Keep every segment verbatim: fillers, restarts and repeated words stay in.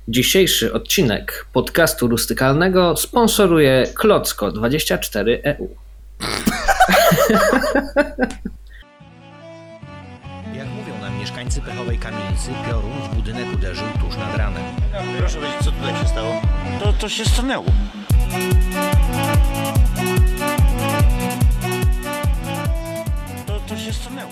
Dzisiejszy odcinek podcastu rustykalnego sponsoruje Klocko dwadzieścia cztery E U. Jak mówią nam mieszkańcy pechowej kamienicy, piorun w budynek uderzył tuż nad ranem. Proszę powiedzieć, co tutaj się stało? To, to się stanęło. To, to się stanęło.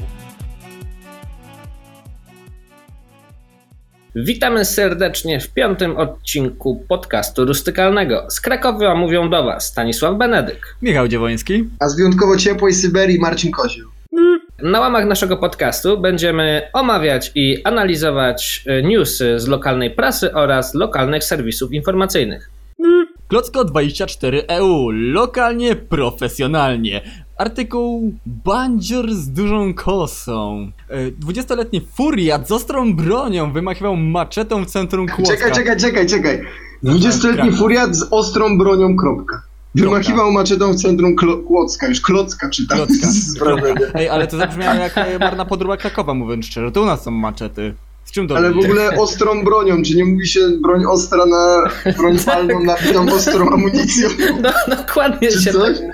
Witamy serdecznie w piątym odcinku podcastu rustykalnego. Z Krakowa mówią do Was Stanisław Benedyk, Michał Dziewoński, a z wyjątkowo ciepłej Syberii Marcin Kozioł. Na łamach naszego podcastu będziemy omawiać i analizować newsy z lokalnej prasy oraz lokalnych serwisów informacyjnych. Klocko dwadzieścia cztery E U, lokalnie, profesjonalnie. Artykuł Bandzior z dużą kosą. Dwudziestoletni furiat z ostrą bronią wymachiwał maczetą w centrum Kłodzka. Czekaj, czekaj, czekaj, czekaj. Dwudziestoletni furiat z ostrą bronią, kropka. Wymachiwał maczetą w centrum Klo- Kłodzka, już Klocka czytam. Klocka. Ej, ale to zabrzmiało jak marna podróba Krakowa, mówiąc szczerze. To u nas są maczety. Z czym to Ale w ogóle ostrą bronią, czy nie mówi się broń ostra na broń palną nabitą ostrą amunicją? No, dokładnie Czy się coś?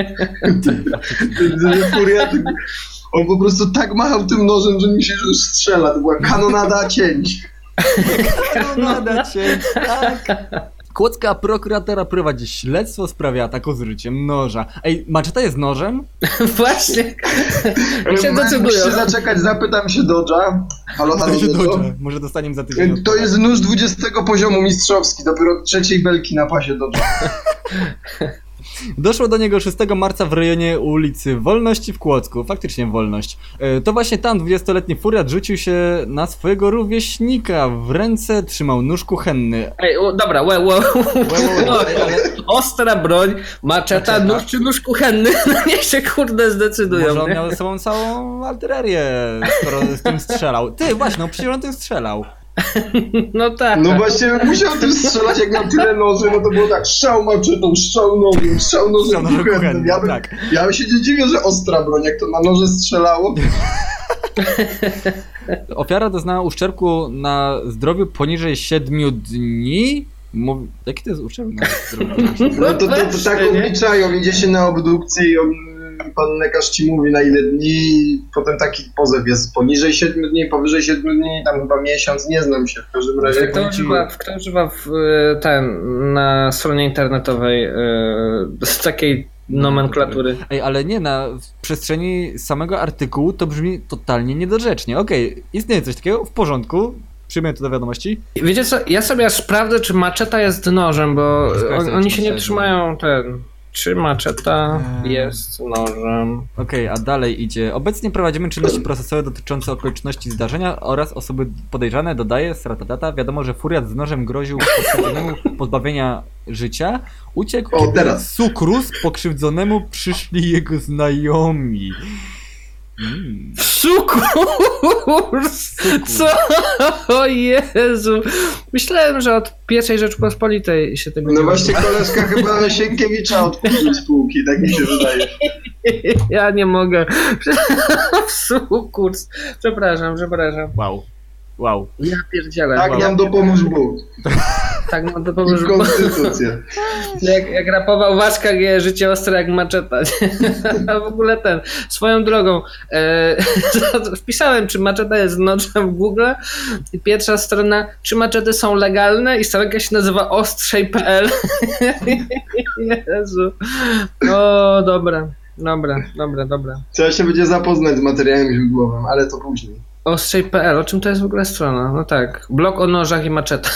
Furiat, on po prostu tak machał tym nożem, że mi się już strzela. To była kanonada cięć. Kanonada cięć, tak. Kłodzka prokuratora prowadzi śledztwo w sprawie ataku z użyciem noża. Ej, maczeta jest nożem? Właśnie. Jak się decydują. Musicie zaczekać, zapytam się Dodge'a. Halo, halo, Dodge'o. Może dostaniemy za tydzień. To jest nóż dwudziestego poziomu mistrzowski, dopiero trzeciej belki na pasie Dodge'a. Doszło do niego szóstego marca w rejonie ulicy Wolności w Kłodzku. Faktycznie Wolność. To właśnie tam dwudziestoletni furiat rzucił się na swojego rówieśnika. W ręce trzymał nóż kuchenny. Ej, o, dobra, łe, łe, łe, ale ostra broń, maczeta, nóż czy nóż kuchenny, no niech się kurde zdecydują. Może on nie? miał ze sobą całą artylerię, skoro z tym strzelał. Ty, właśnie, no przecież on tym strzelał. No tak. No właśnie, musiał tym strzelać, jak miał tyle noży, no to było tak, strzał maczetą, strzał nożem, strzał nożem Strzał nożem kuchennym. kuchennym, Ja, bym, tak. ja się nie dziwię, że ostra broń, jak to na noże strzelało. Ofiara doznała uszczerbku na zdrowiu poniżej siedmiu dni. Mów... Jaki to jest uszczerbek na zdrowiu? No to, to, to tak obliczają, idzie się na obdukcję i on, pan lekarz ci mówi na ile dni i potem taki pozew jest poniżej siedmiu dni, powyżej siedmiu dni, tam chyba miesiąc, nie znam się w każdym razie. Kto używa, kto używa w, ten, na stronie internetowej yy, z takiej nomenklatury? Ej, ale nie, na w przestrzeni samego artykułu to brzmi totalnie niedorzecznie. Okej, okay, istnieje coś takiego, w porządku, przyjmuję to do wiadomości. Wiecie co, ja sobie sprawdzę, czy maczeta jest nożem, bo on, oni się nie maczetę. trzymają ten... Czy maczeta jest nożem? Okej, okay, a dalej idzie. Obecnie prowadzimy czynności procesowe dotyczące okoliczności zdarzenia oraz osoby podejrzane, dodaje Stratadata. Wiadomo, że furiat z nożem groził pokrzywdzonemu pozbawienia życia. Uciekł, o, teraz. z Sukrus pokrzywdzonemu przyszli jego znajomi. Mm. Sukurs! Co? O Jezu! Myślałem, że od pierwszej Rzeczpospolitej się tego No nie właśnie koleżka chyba Sienkiewicza odkurzył z półki, tak mi się wydaje. Ja nie mogę. Sukurs. Przepraszam, przepraszam. Wow. Wow. Ja pierdzielę. Tak wow. nam dopomóż Bóg. Tak nam I dopomóż Bóg. konstytucja. Jak, jak rapował Waszka G, życie ostre jak maczeta. A w ogóle ten, swoją drogą, e, wpisałem, czy maczeta jest nożem w Google i pierwsza strona, czy maczety są legalne i stronka się nazywa ostrzej kropka p l. Jezu. O, dobra, dobra, dobra, dobra. Trzeba się będzie zapoznać z materiałem źródłowym, ale to później. ostrzej kropka p l, o czym to jest w ogóle strona? No tak, blog o nożach i maczeta.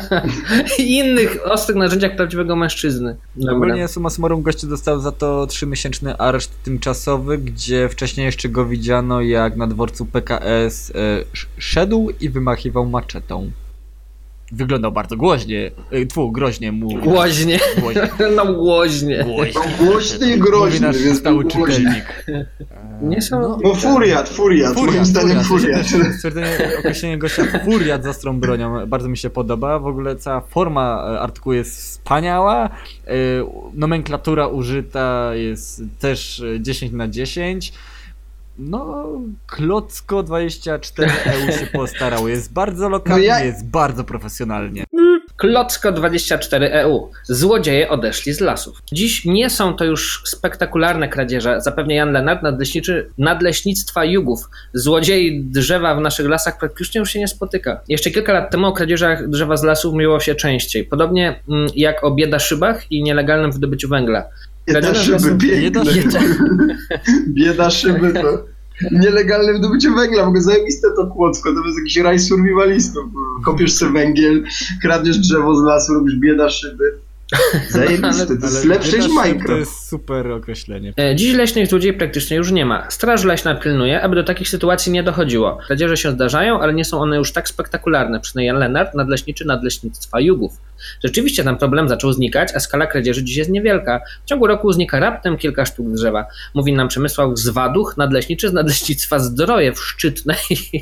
I innych ostrych narzędziach prawdziwego mężczyzny. Dobra. Ogólnie summa summarum gościu dostał za to trzymiesięczny areszt tymczasowy, gdzie wcześniej jeszcze go widziano jak na dworcu P K S e, szedł i wymachiwał maczetą. Wyglądał bardzo głośnie, e, tfu, groźnie mu. Głoźnie. Głoźnie. No głoźnie. Głośnie. Głośny i Mówi groźny, nasz więc stały był głośny. czytelnik. Nie są... No furiat, furiat, moim zdaniem furiat. Stwierdzenie, określenie gościa furiat z ostrą bronią bardzo mi się podoba. W ogóle cała forma artykułu jest wspaniała. Nomenklatura użyta jest też dziesięć na dziesięć. No, Klocko dwadzieścia cztery E U się postarało. Jest bardzo lokalnie, No ja- jest bardzo profesjonalnie. Klocko dwadzieścia cztery E U. Złodzieje odeszli z lasów. Dziś nie są to już spektakularne kradzieże, zapewnia Jan Lennart, nadleśniczy Nadleśnictwa Jugów. Złodziei drzewa w naszych lasach praktycznie już się nie spotyka. Jeszcze kilka lat temu o kradzieżach drzewa z lasów mówiło się częściej. Podobnie mm, jak o biedaszybach i nielegalnym wydobyciu węgla. Bieda Kradzieże szyby, lasów- pięknie. Bieda Bieda szyby to nielegalne wydobycie węgla, w ogóle zajebiste to Kłodzko, to jest jakiś raj survivalistów. Kopiesz sobie węgiel, kradniesz drzewo z lasu, robisz bieda szyby. Zajebiste, to jest lepsze niż Bieda Szyb To Minecraft. jest super określenie. E, Dziś leśnych złodziei praktycznie już nie ma. Straż leśna pilnuje, aby do takich sytuacji nie dochodziło. Kradzieże się zdarzają, ale nie są one już tak spektakularne, przynajmniej Jan Lennart, nadleśniczy Nadleśnictwa Jugów. Rzeczywiście ten problem zaczął znikać, a skala kradzieży dziś jest niewielka. W ciągu roku znika raptem kilka sztuk drzewa. Mówi nam Przemysław Zwaduch, nadleśniczy z Nadleśnictwa Zdroje w Szczytnej,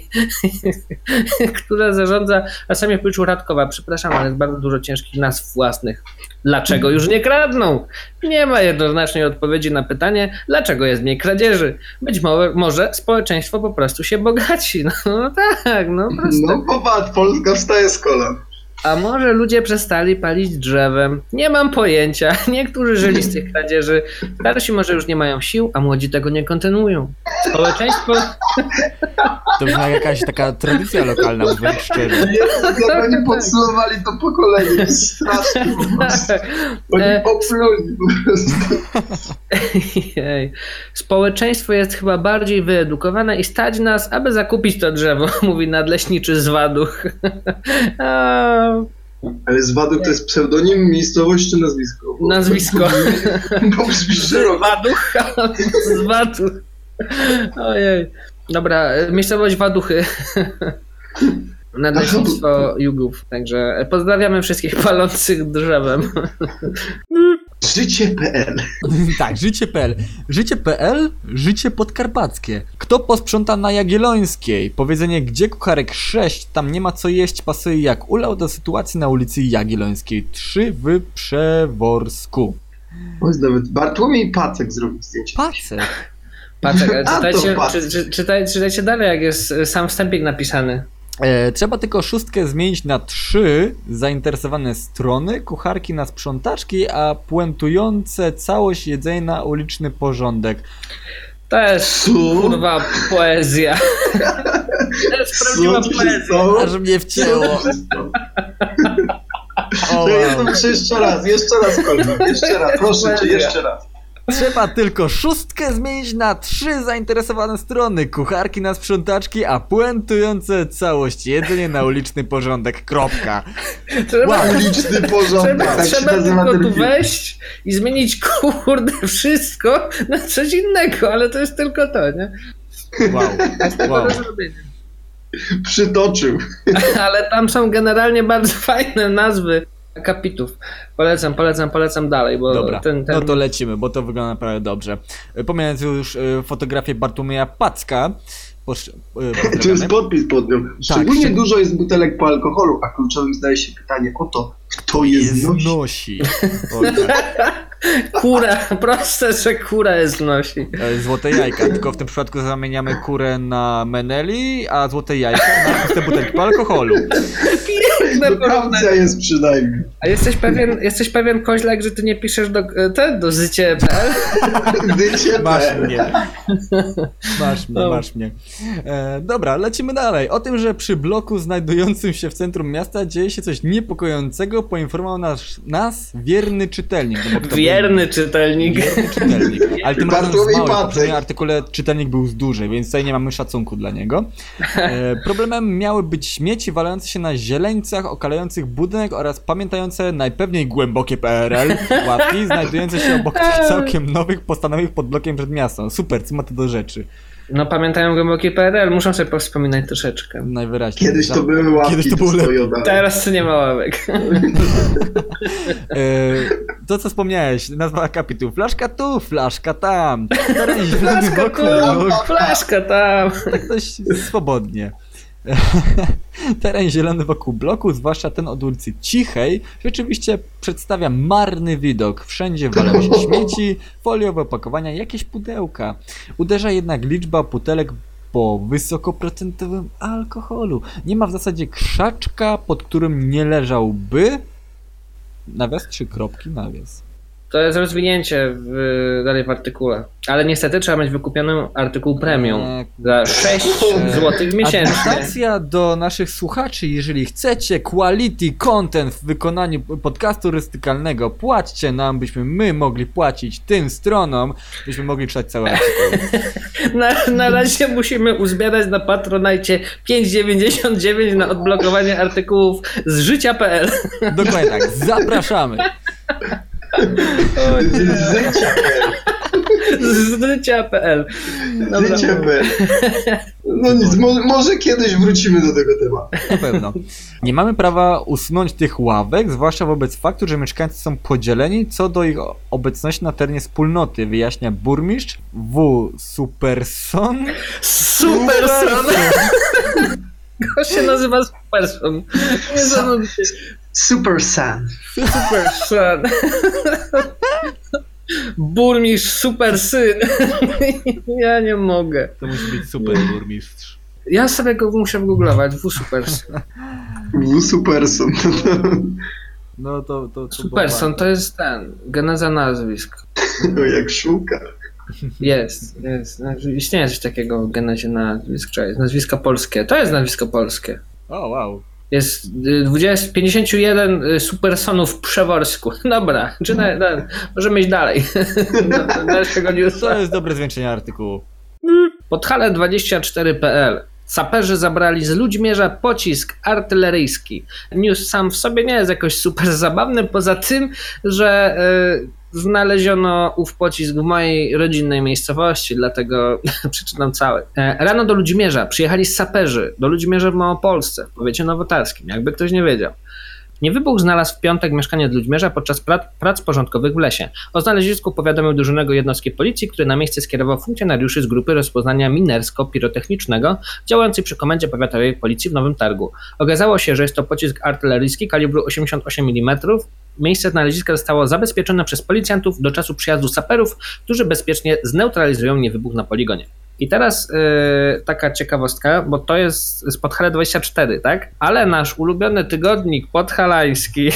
które zarządza Lasami w Policzu Radkowa. Przepraszam, ale jest bardzo dużo ciężkich nazw własnych. Dlaczego już nie kradną? Nie ma jednoznacznej odpowiedzi na pytanie, dlaczego jest mniej kradzieży. Być mo- może społeczeństwo po prostu się bogaci. No, no tak, no proste. No popatrz, Polska wstaje z kolan. A może ludzie przestali palić drzewem? Nie mam pojęcia. Niektórzy żyli z tych kradzieży. Starsi może już nie mają sił, a młodzi tego nie kontynuują. Społeczeństwo... To brzmi jak jakaś taka tradycja lokalna, mówiąc szczerze. Jezu, jak oni podsumowali to pokolenie, jest strasznie po prostu. Oni E, popluli po prostu. Jej. Społeczeństwo jest chyba bardziej wyedukowane i stać nas, aby zakupić to drzewo, mówi nadleśniczy Zwaduch. A, Ale Zwaduch to jest pseudonim, miejscowość czy nazwisko? Bo- nazwisko. Bo brzmi szeroko. Zwaduch. Zwaduch. Ojej. Dobra, miejscowość Waduchy. Nadleśnictwo Jugów. Także pozdrawiamy wszystkich palących drzewem. Życie kropka pe el. Tak, życie kropka pe el. Życie kropka pe el, życie podkarpackie. Kto posprząta na Jagiellońskiej? Powiedzenie, gdzie kucharek sześć, tam nie ma co jeść, pasuje jak ulał do sytuacji na ulicy Jagiellońskiej trzy w Przeworsku. Może nawet Bartłomiej Pacek zrobił zdjęcie. Pacek. Patrzek, A, to czytajcie, patrz. czy, czy, czytaj, czytajcie dalej, jak jest sam wstępik napisany. E, trzeba tylko szóstkę zmienić na trzy zainteresowane strony, kucharki na sprzątaczki, a puentujące całość jedzenia na uliczny porządek. To jest Co? kurwa poezja. To jest prawdziwa Co tu się poezja. stało? Aż mnie wcięło. Co tu się stało? O, To jest wow. to jeszcze raz, jeszcze raz Kolby, jeszcze raz, proszę cię, jeszcze raz. Trzeba tylko szóstkę zmienić na trzy zainteresowane strony, kucharki na sprzątaczki, a puentujące całość jedzenie na uliczny porządek. Kropka. Trzeba, Uliczny porządek, trzeba, tak się trzeba nazywa tylko ten tu film. wejść i zmienić kurde wszystko na coś innego, ale to jest tylko to, nie? Wow. Wow. Do zrobienia. Przytoczył. Ale tam są generalnie bardzo fajne nazwy akapitów. Polecam, polecam, polecam dalej, bo Dobra, ten, ten... no to lecimy, bo to wygląda naprawdę dobrze. Pomijając już y, fotografię Bartłomieja Packa, posz, y, To jest pozdrawiamy. podpis pod nią. Szczególnie szczeg- dużo jest butelek po alkoholu, a kluczowym zdaje się pytanie o to, kto je Je znosi. znosi. O, tak. Kura, proste, że kura je znosi. E, Złote jajka, tylko w tym przypadku zamieniamy kurę na meneli, a złote jajka na puste butelki po alkoholu. Piękne porównanie. Edukacja jest przynajmniej. A jesteś pewien, jesteś pewien, Koźlak, że ty nie piszesz do, ten, do zycie kropka pe el? Dycie Masz kropka pe el. mnie. Masz mnie, No. masz mnie. E, dobra, lecimy dalej. O tym, że przy bloku znajdującym się w centrum miasta dzieje się coś niepokojącego, poinformował nas, nas wierny czytelnik. No bo kto Wierny czytelnik. był wierny czytelnik. Ale tym razem Bartłomiej z małym. W Pacek. poprzednim artykule czytelnik był z dużej, więc tutaj nie mamy szacunku dla niego. E, problemem miały być śmieci walające się na zieleńcach, okalających budynek oraz pamiętające najpewniej głębokie P R L ławki, znajdujące się obok tych całkiem nowych, postanowionych pod blokiem przed miastem. Super, co ma to do rzeczy? No pamiętają głęboki P R L, muszę sobie powspominać troszeczkę. Najwyraźniej. Kiedyś to Za- były łapki, Kiedyś to było stoją lepiej. dalej. Teraz to nie ma ławek. E, to, co wspomniałeś, nazwa akapitu. Flaszka tu, flaszka tam. Stary zielony Flaszka wokół. tu, flaszka tam. Tak dość swobodnie. Teren zielony wokół bloku, zwłaszcza ten od ulicy Cichej, rzeczywiście przedstawia marny widok. Wszędzie walają się śmieci, foliowe opakowania, jakieś pudełka. Uderza jednak liczba butelek po wysokoprocentowym alkoholu. Nie ma w zasadzie krzaczka, pod którym nie leżałby... Nawias, trzy kropki, nawias. To jest rozwinięcie w, dalej w artykule. Ale niestety trzeba mieć wykupiony artykuł premium Eee, za sześć złotych miesięcznie. Adnotacja do naszych słuchaczy, jeżeli chcecie quality content w wykonaniu podcastu turystykalnego, płaćcie nam, byśmy my mogli płacić tym stronom, byśmy mogli czytać cały artykuł. Na, na razie musimy uzbierać na Patronite pięć dziewięćdziesiąt dziewięć na odblokowanie artykułów z życia kropka p l. Dokładnie tak, zapraszamy. Z życia. Z życia kropka p l. Dobra. Życie B. No nic, mo- może kiedyś wrócimy do tego tematu. Na pewno. Nie mamy prawa usunąć tych ławek, zwłaszcza wobec faktu, że mieszkańcy są podzieleni co do ich obecności na terenie wspólnoty, wyjaśnia burmistrz W. Superson. Superson! To się nazywa Superson. Nie zanudź się. Super Sun. Superson. Burmistrz, super syn. Ja nie mogę. To musi być super burmistrz. Ja sobie go muszę googlować. W Superson. W Superson. No to... to, to Superson to jest ten, geneza nazwisk. No jak szuka. Jest, jest. Istnieje coś takiego w genezie nazwisk, czy jest nazwisko polskie. To jest nazwisko polskie. O, wow. Jest dwadzieścia, pięćdziesiąt jeden Supersonów w Przeworsku. Dobra, czy na, na, możemy iść dalej. Do dalszego newsa. To jest dobre zwieńczenie artykułu. Podhale dwadzieścia cztery kropka p l. Saperzy zabrali z Ludźmierza pocisk artyleryjski. News sam w sobie nie jest jakoś super zabawny, poza tym, że y, znaleziono ów pocisk w mojej rodzinnej miejscowości, dlatego przeczytam cały. E, rano do Ludźmierza przyjechali saperzy, do Ludźmierza w Małopolsce, w powiecie nowotarskim, jakby ktoś nie wiedział. Niewybuch znalazł w piątek mieszkaniec Ludźmierza podczas prac, prac porządkowych w lesie. O znalezisku powiadomił dyżurnego jednostki policji, który na miejsce skierował funkcjonariuszy z grupy rozpoznania minersko-pirotechnicznego działającej przy komendzie powiatowej policji w Nowym Targu. Okazało się, że jest to pocisk artyleryjski kalibru osiemdziesiąt osiem milimetrów. Miejsce znaleziska zostało zabezpieczone przez policjantów do czasu przyjazdu saperów, którzy bezpiecznie zneutralizują niewybuch na poligonie. I teraz yy, taka ciekawostka, bo to jest z Podhale dwadzieścia cztery, tak? Ale nasz ulubiony tygodnik podhalański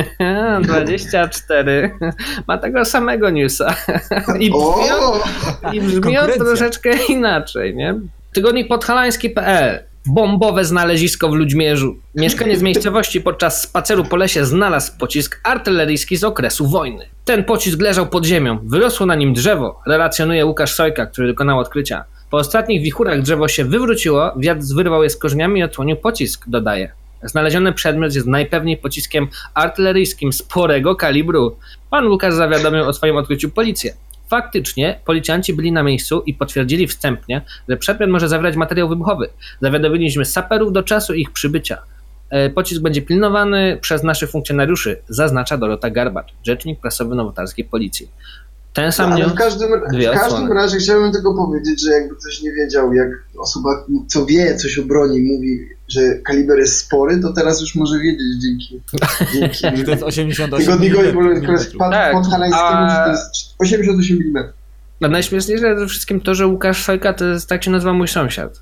dwadzieścia cztery ma tego samego newsa. I brzmią, i brzmią troszeczkę inaczej, nie? Tygodnik podhalański kropka p l. Bombowe znalezisko w Ludźmierzu. Mieszkaniec miejscowości podczas spaceru po lesie znalazł pocisk artyleryjski z okresu wojny. Ten pocisk leżał pod ziemią, wyrosło na nim drzewo, relacjonuje Łukasz Sojka, który dokonał odkrycia. Po ostatnich wichurach drzewo się wywróciło, wiatr wyrwał je z korzeniami i odsłonił pocisk, dodaje. Znaleziony przedmiot jest najpewniej pociskiem artyleryjskim sporego kalibru. Pan Łukasz zawiadomił o swoim odkryciu policję. Faktycznie policjanci byli na miejscu i potwierdzili wstępnie, że przedmiot może zawierać materiał wybuchowy. Zawiadomiliśmy saperów do czasu ich przybycia. Pocisk będzie pilnowany przez naszych funkcjonariuszy, zaznacza Dorota Garbacz, rzecznik prasowy nowotarskiej policji. Ten sam no, ale news, w każdym, w każdym razie chciałbym tylko powiedzieć, że jakby ktoś nie wiedział, jak osoba, co wie coś o broni, mówi, że kaliber jest spory, to teraz już może wiedzieć dzięki, dzięki to jest osiemdziesiąt osiem tygodnikowi milimetrów. Tak, podhalańskiemu, a- że to jest osiemdziesiąt osiem milimetrów. A najśmieszniejsze ze wszystkim to, że Łukasz Sojka to jest, tak się nazywa mój sąsiad.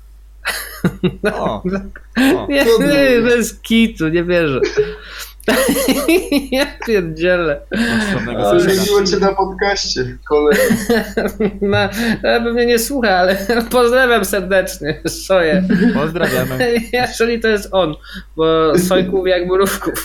O, o. Nie, nie, bez kitu, nie wierzę. Ja pierdzielę. Sławnego O, sąsiada. Zmieniło cię na podcaście, kolego. No, ja pewnie nie słucha, ale pozdrawiam serdecznie Soję. Pozdrawiamy. Jeżeli to jest on, bo Sojków jak mrówków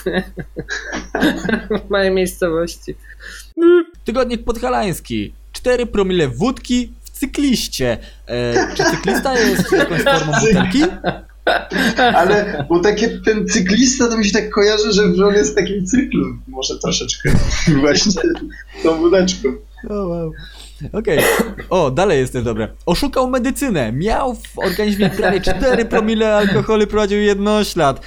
w mojej miejscowości. Tygodnik podhalański. cztery promile wódki w cykliście. E, czy cyklista jest jakąś formą butelki? Ale, bo takie, ten cyklista to mi się tak kojarzy, że on jest w takim cyklu, może troszeczkę właśnie tą wódeczką. O, wow. Okej. O, dalej jest też dobre. Oszukał medycynę. Miał w organizmie prawie cztery promile alkoholu, prowadził jednoślad.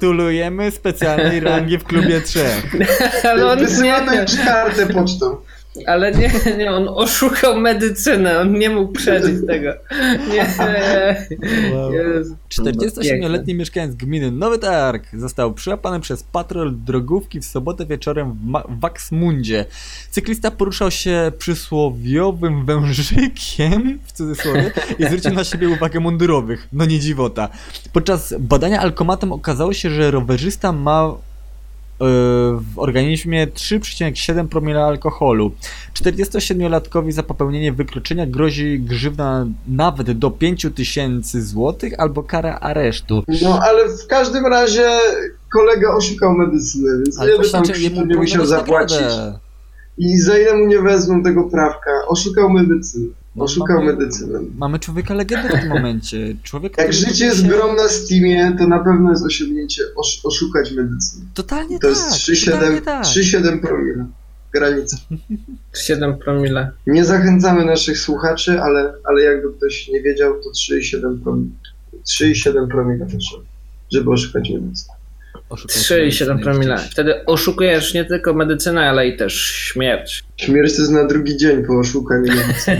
Gratulujemy specjalnej rangi w klubie trzech. Ale on Wysyłamy nie, już kartę pocztą. Ale nie, nie, on oszukał medycynę, on nie mógł przeżyć tego. Nie, Wow. Jezu. czterdziestosiedmioletni mieszkaniec gminy Nowy Targ został przyłapany przez patrol drogówki w sobotę wieczorem w, Ma- w Waksmundzie. Cyklista poruszał się przysłowiowym wężykiem, w cudzysłowie, i zwrócił na siebie uwagę mundurowych. No nie dziwota. Podczas badania alkomatem okazało się, że rowerzysta ma w organizmie trzy przecinek siedem promila alkoholu. czterdziestosiedmiolatkowi za popełnienie wykroczenia grozi grzywna nawet do pięć tysięcy złotych albo kara aresztu. No ale w każdym razie kolega oszukał medycynę, więc Ale ile by tam właśnie, jemu nie musiał powinno zapłacić. nagrodę. I za ile mu nie wezmą tego prawka? Oszukał medycynę. No, Oszukał mamy- medycynę. Mamy człowieka legendę w tym momencie. Człowiek, Jak który życie jest się- grą na Steamie, to na pewno jest osiągnięcie osz, oszukać medycynę. Totalnie To tak. jest trzy totalnie przecinek siedem tak. trzy przecinek siedem promila. Granica. siedem promile. Nie zachęcamy naszych słuchaczy, ale, ale jakby ktoś nie wiedział, to trzy przecinek siedem promila. trzy przecinek siedem promila to trzeba, żeby oszukać medycynę. Oszukał trzy przecinek siedem się promile. gdzieś. Wtedy oszukujesz nie tylko medycynę, ale i też śmierć. Śmierć to jest na drugi dzień po oszukaniu medycyny.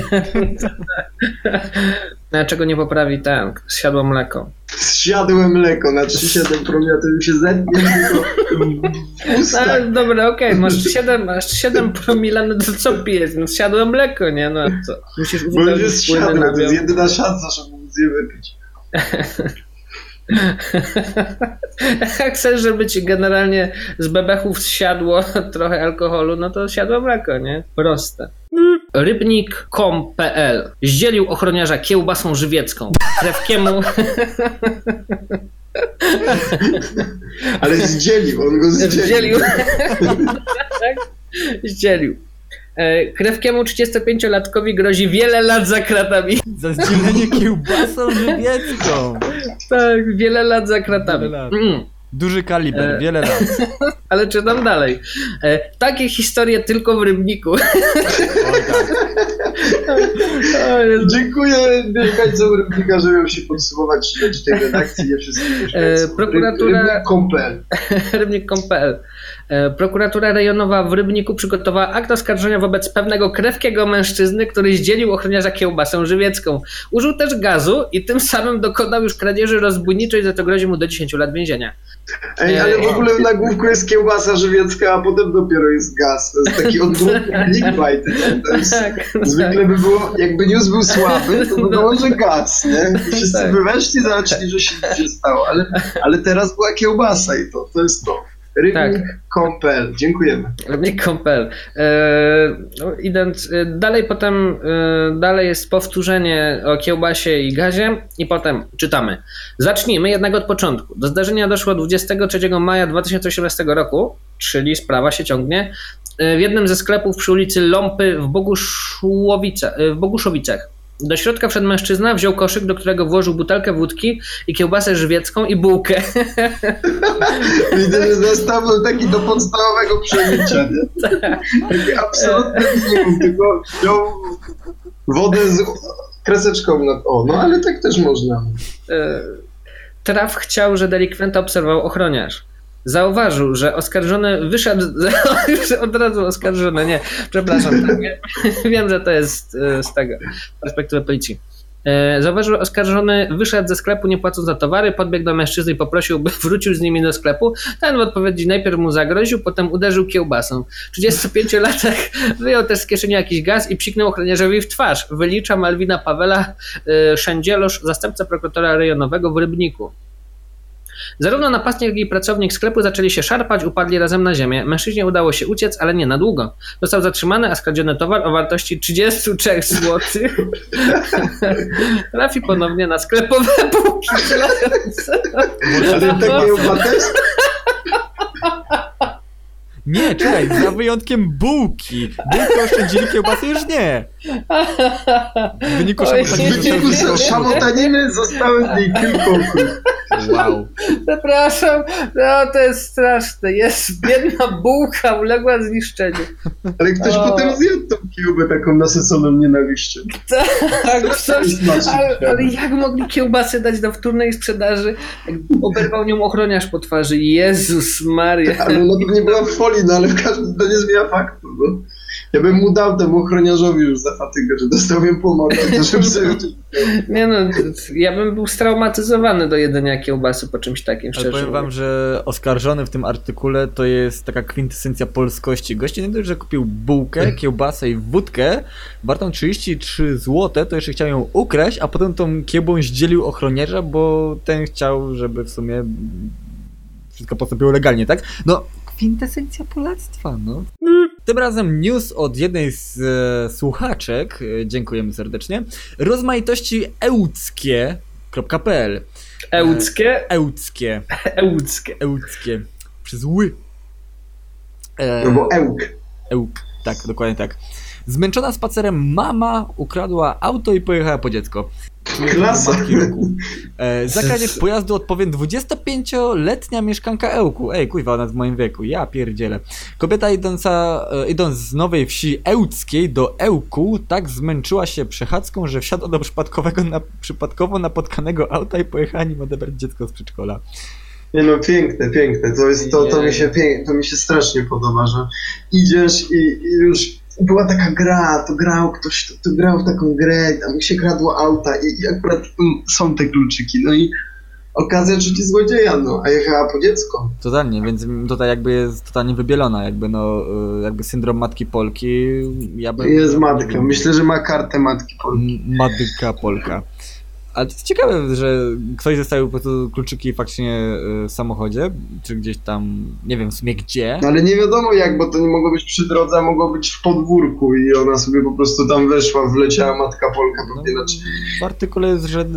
Czego nie poprawi ten, zsiadło mleko. Zsiadłem mleko na trzy przecinek siedem promila, to mi się zetnie tylko w ustach. No, dobra, okej, masz siedem, masz siedem promila, no to co pijesz? No zsiadło mleko, nie? No co? Musisz Bo już uzupełnić jest płynny siadłem, to jest nabiał. jedyna szansa, żeby móc je wypić. Jak chcesz, żeby ci generalnie z bebechów zsiadło trochę alkoholu, no to siadło mleko, nie? Proste. Rybnik kropka com kropka pe el zdzielił ochroniarza kiełbasą żywiecką. Krewkiemu... Ale zdzielił, on go zdzielił. Zdzielił. Tak? Zdzielił. E, Krewkiemu trzydziestopięciolatkowi grozi wiele lat za kratami. Za zdzielenie kiełbasą żywiecką. Tak, wiele lat za kratami. Wiele lat. Mm. Duży kaliber, E. wiele lat. Ale czytam dalej. E, takie historie tylko w Rybniku. Oj tak. O Jezu. Dziękuję mieszkańcom Rybnika, że miał się podsumować śledź tej redakcji. Nie wszystkich mieszkańców. E, prokuratura- Rybnik kropka com kropka pe el. Rybnik kropka com kropka pe el. E, Prokuratura rejonowa w Rybniku przygotowała akt oskarżenia wobec pewnego krewkiego mężczyzny, który zdzielił ochroniarza kiełbasą żywiecką. Użył też gazu i tym samym dokonał już kradzieży rozbójniczej, za to grozi mu do dziesięciu lat więzienia. Ej, ale w ogóle w nagłówku jest kiełbasa żywiecka, a potem dopiero jest gaz. To jest taki odgłówek clickbait, nie? To jest, Tak, zwykle by było, jakby news był słaby, to by było, że gaz, nie? I wszyscy Tak. by weszli, zobaczyli, że się nic nie stało. Ale, ale teraz była kiełbasa i to, to jest to. Rybnik Tak. kropka com kropka pe el. Dziękujemy. Rybnik kropka com kropka pe el. E, no, idąc e, dalej, potem e, dalej jest powtórzenie o kiełbasie i gazie i potem czytamy. Zacznijmy jednak od początku. Do zdarzenia doszło dwudziestego trzeciego maja dwa tysiące osiemnastego roku, czyli sprawa się ciągnie, e, w jednym ze sklepów przy ulicy Ląpy w, Boguszłowice, e, w Boguszowicach. Do środka wszedł mężczyzna, wziął koszyk, do którego włożył butelkę wódki i kiełbasę żywiecką i bułkę. Widzę, że został taki do podstawowego przebicia, nie? Taki absolutny minimum, tylko wziął wodę z kreseczką na... O, no ale tak też można. E, Traf chciał, że delikwenta obserwował ochroniarz. Zauważył, że oskarżony wyszedł, już od razu oskarżony, nie, przepraszam, tak, wiem, wiem, że to jest e, z tego, z perspektywy policji. E, Zauważył, że oskarżony wyszedł ze sklepu nie płacąc za towary, podbiegł do mężczyzny i poprosił, by wrócił z nimi do sklepu. Ten w odpowiedzi najpierw mu zagroził, potem uderzył kiełbasą. W trzydziestopięciolatek wyjął też z kieszeni jakiś gaz i psiknął ochroniarzowi w twarz. Wylicza Malwina Pawela e, Szędzielosz, zastępca prokuratora rejonowego w Rybniku. Zarówno napastnik, jak i pracownik sklepu zaczęli się szarpać, upadli razem na ziemię. Mężczyźnie udało się uciec, ale nie na długo. Został zatrzymany, a skradziony towar o wartości trzydzieści trzy złotych trafi ponownie na sklepowe półki. Ale takie obywatelskie. Nie, czekaj, za wyjątkiem bułki. Bułkę oszczędzili, kiełbasy już nie. W wyniku Oj, szamotaniny W wyniku zostały- szamotaniny zostały z niej kilka okrów. Wow. Przepraszam, no to jest straszne. Jest biedna bułka, uległa zniszczeniu. Ale ktoś O. potem zjadł tą kiełbę taką nasyconą nienawiścią. Tak, coś, Smacznie. ale, ale jak mogli kiełbasy dać do wtórnej sprzedaży? Jak oberwał nią ochroniarz po twarzy. Jezus Maria. Ale ona nie była w folii, no ale w każdym to nie zmienia faktu. No. Ja bym mu dał temu ochroniarzowi już za fatygę, że dostałbym pomocy, to żeby sobie... Nie no, ja bym był straumatyzowany do jedzenia kiełbasy po czymś takim, Ale szczerze powiem wam, mówiąc. że oskarżony w tym artykule to jest taka kwintesencja polskości. Gościu nie dość, że kupił bułkę, kiełbasę i wódkę wartą trzydzieści trzy złote, to jeszcze chciał ją ukraść, a potem tą kiełbą zdzielił ochroniarza, bo ten chciał, żeby w sumie wszystko postąpiło legalnie, tak? No, kwintesencja polactwa, no. Tym razem news od jednej z e, słuchaczek, e, dziękujemy serdecznie, rozmaitości ełckie kropka pe el. Ełckie? Ełckie. Ełckie. Ełckie. Przez ły. E, No bo ełk. Ełk, tak, dokładnie tak. Zmęczona spacerem mama ukradła auto i pojechała po dziecko. Klasa. Matki roku. E, za kradzież pojazdu odpowiem dwudziestopięcioletnia mieszkanka Ełku. Ej, kuźwa, ona w moim wieku, ja pierdzielę. Kobieta idąca, e, idąc z nowej wsi ełckiej do Ełku tak zmęczyła się przechadzką, że wsiadła do przypadkowego na, przypadkowo napotkanego auta i pojechała nim odebrać dziecko z przedszkola. Nie no, piękne, piękne. To jest to, to mi się pięk, to mi się strasznie podoba, że idziesz i, i już była taka gra, to grał ktoś, to, to grał w taką grę, tam się kradło auta i, i akurat mm, są te kluczyki. No i okazja rzuci złodzieja, no, a jechała po dziecko. Totalnie, więc tutaj jakby jest totalnie wybielona, jakby no, y, jakby syndrom matki Polki. Ja bym, Jest ja matka. bym- Myślę, że ma kartę matki Polki. M- Matka Polka. Ale to jest ciekawe, że ktoś zostawił po prostu kluczyki faktycznie y, w samochodzie, czy gdzieś tam, nie wiem w sumie gdzie. No ale nie wiadomo jak, bo to nie mogło być przy drodze, a mogło być w podwórku i ona sobie po prostu tam weszła, wleciała matka Polka, No, pewnie znaczy. w artykule jest, że y,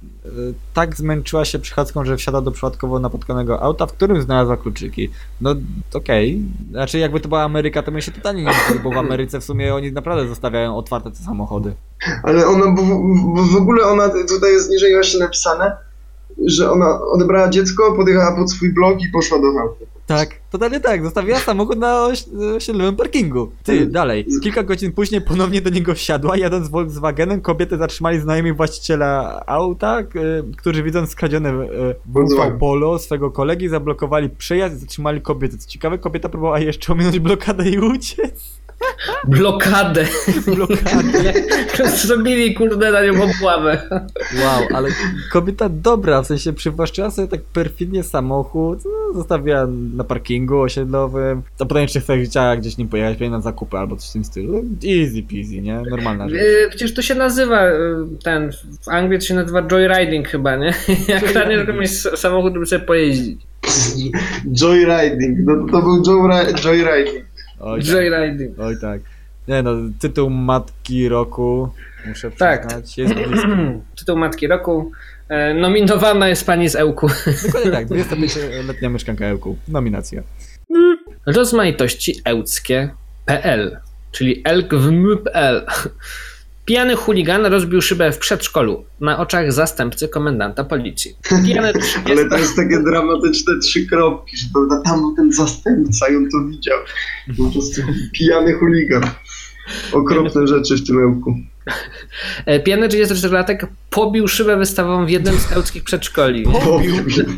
tak zmęczyła się przechadzką, że wsiada do przypadkowo napotkanego auta, w którym znalazła kluczyki. No okej, znaczy jakby to była Ameryka, to my się totalnie nie dziwi, bo w Ameryce w sumie oni naprawdę zostawiają otwarte te samochody. Ale ona, bo, bo w ogóle ona, tutaj jest niżej właśnie napisane, że ona odebrała dziecko, podjechała pod swój blok i poszła do auta. Tak, totalnie tak. Zostawiła samochód na oś- osiedlowym parkingu. Ty, dalej. Kilka godzin później ponownie do niego wsiadła. Jadąc Volkswagenem, kobietę zatrzymali znajomi właściciela auta, k- którzy widząc skradzione e, W V Polo swego kolegi, zablokowali przejazd i zatrzymali kobietę. Co ciekawe, kobieta próbowała jeszcze ominąć blokadę i uciec. Blokadę. Blokadę. Zrobili kurde na nią obławę. Wow, ale kobieta dobra, w sensie przywłaszczyła sobie tak perfidnie samochód, no, zostawiła na parkingu osiedlowym, a potem jeszcze chciała gdzieś nim pojechać, pewnie na zakupy albo coś w tym stylu. Easy peasy, nie? Normalna rzecz. Yy, Przecież to się nazywa, yy, ten, w Anglii to się nazywa joyriding chyba, nie? Jak kradniesz komuś samochód, żeby sobie pojeździć. Joyriding, no to, to był joyri- joyriding. Oj tak, Joyriding. oj tak. Nie no, tytuł Matki Roku, muszę Tak. przyznać, jest blisko. Tytuł Matki Roku. E, nominowana jest pani z Ełku. Dokładnie tak, dwudziestopięcioletnia mieszkanka Ełku. Nominacja. Rozmaitości ełckie kropka pe el, czyli elk w m kropka pe el. Pijany chuligan rozbił szybę w przedszkolu na oczach zastępcy komendanta policji. Pijany Ale to jest takie dramatyczne trzy kropki, że to, tam był ten zastępca i on to widział. Po prostu pijany chuligan. Okropne rzeczy w tym Ełku. E, Pijany trzydziestoczterolatek pobił szybę wystawową w jednym z ełckich przedszkoli. Pobił.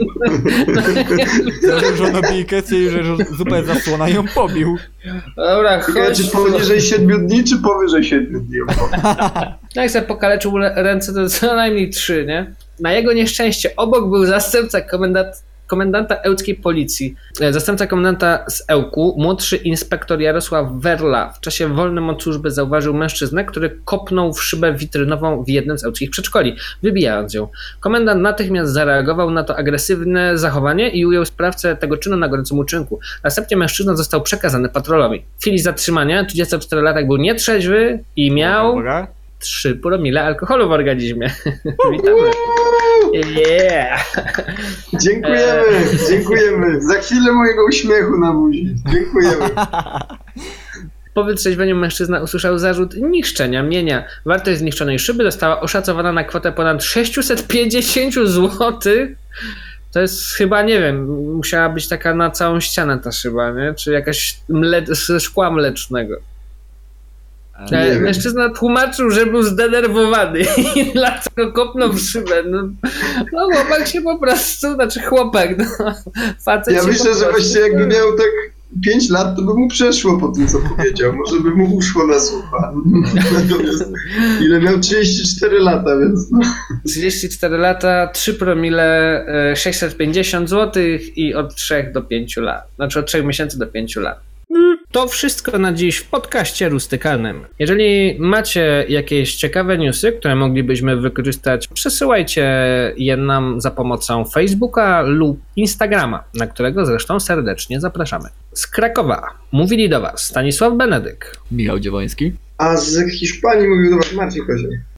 Założono bijkę, stwierdził, że zupę zasłona i ją pobił. Dobra, Czy chodź. poniżej siedmiu dni, czy powyżej siedmiu dni? Jak sobie pokaleczył le- ręce, to co najmniej trzy, nie? Na jego nieszczęście obok był zastępca komendant, komendanta ełckiej policji. E, Zastępca komendanta z Ełku, młodszy inspektor Jarosław Werla, w czasie wolnym od służby zauważył mężczyznę, który kopnął w szybę witrynową w jednym z ełckich przedszkoli, wybijając ją. Komendant natychmiast zareagował na to agresywne zachowanie i ujął sprawcę tego czynu na gorącym uczynku. Następnie mężczyzna został przekazany patrolowi. W chwili zatrzymania trzydziestoczterolatek był nietrzeźwy i miał Uwaga. trzy promile alkoholu w organizmie. Witamy. Yeah. Dziękujemy, dziękujemy. Za chwilę mojego uśmiechu na buzi. Dziękujemy. Po wytrzeźwieniu mężczyzna usłyszał zarzut niszczenia mienia. Wartość zniszczonej szyby została oszacowana na kwotę ponad sześćset pięćdziesiąt złotych. To jest chyba, nie wiem, musiała być taka na całą ścianę ta szyba, nie? Czy jakaś mle- ze szkła mlecznego. Nie E, wiem. Mężczyzna tłumaczył, że był zdenerwowany i dlatego kopnął w szybę. No, no chłopak się po prostu, znaczy chłopak, no, facet Ja się myślę, po że prostu... właściwie jakby miał tak pięć lat to by mu przeszło po tym, co powiedział. Może by mu uszło na słucha. Natomiast ile miał? trzydzieści cztery lata, więc no. trzydzieści cztery lata, trzy promile, e, sześćset pięćdziesiąt złotych i od trzech do pięciu lat. Znaczy od trzech miesięcy do pięciu lat. To wszystko na dziś w podcaście rustykalnym. Jeżeli macie jakieś ciekawe newsy, które moglibyśmy wykorzystać, przesyłajcie je nam za pomocą Facebooka lub Instagrama, na którego zresztą serdecznie zapraszamy. Z Krakowa mówili do Was Stanisław Benedyk, Michał Dziewoński. A z Hiszpanii mówił do was Marcin Kozioł.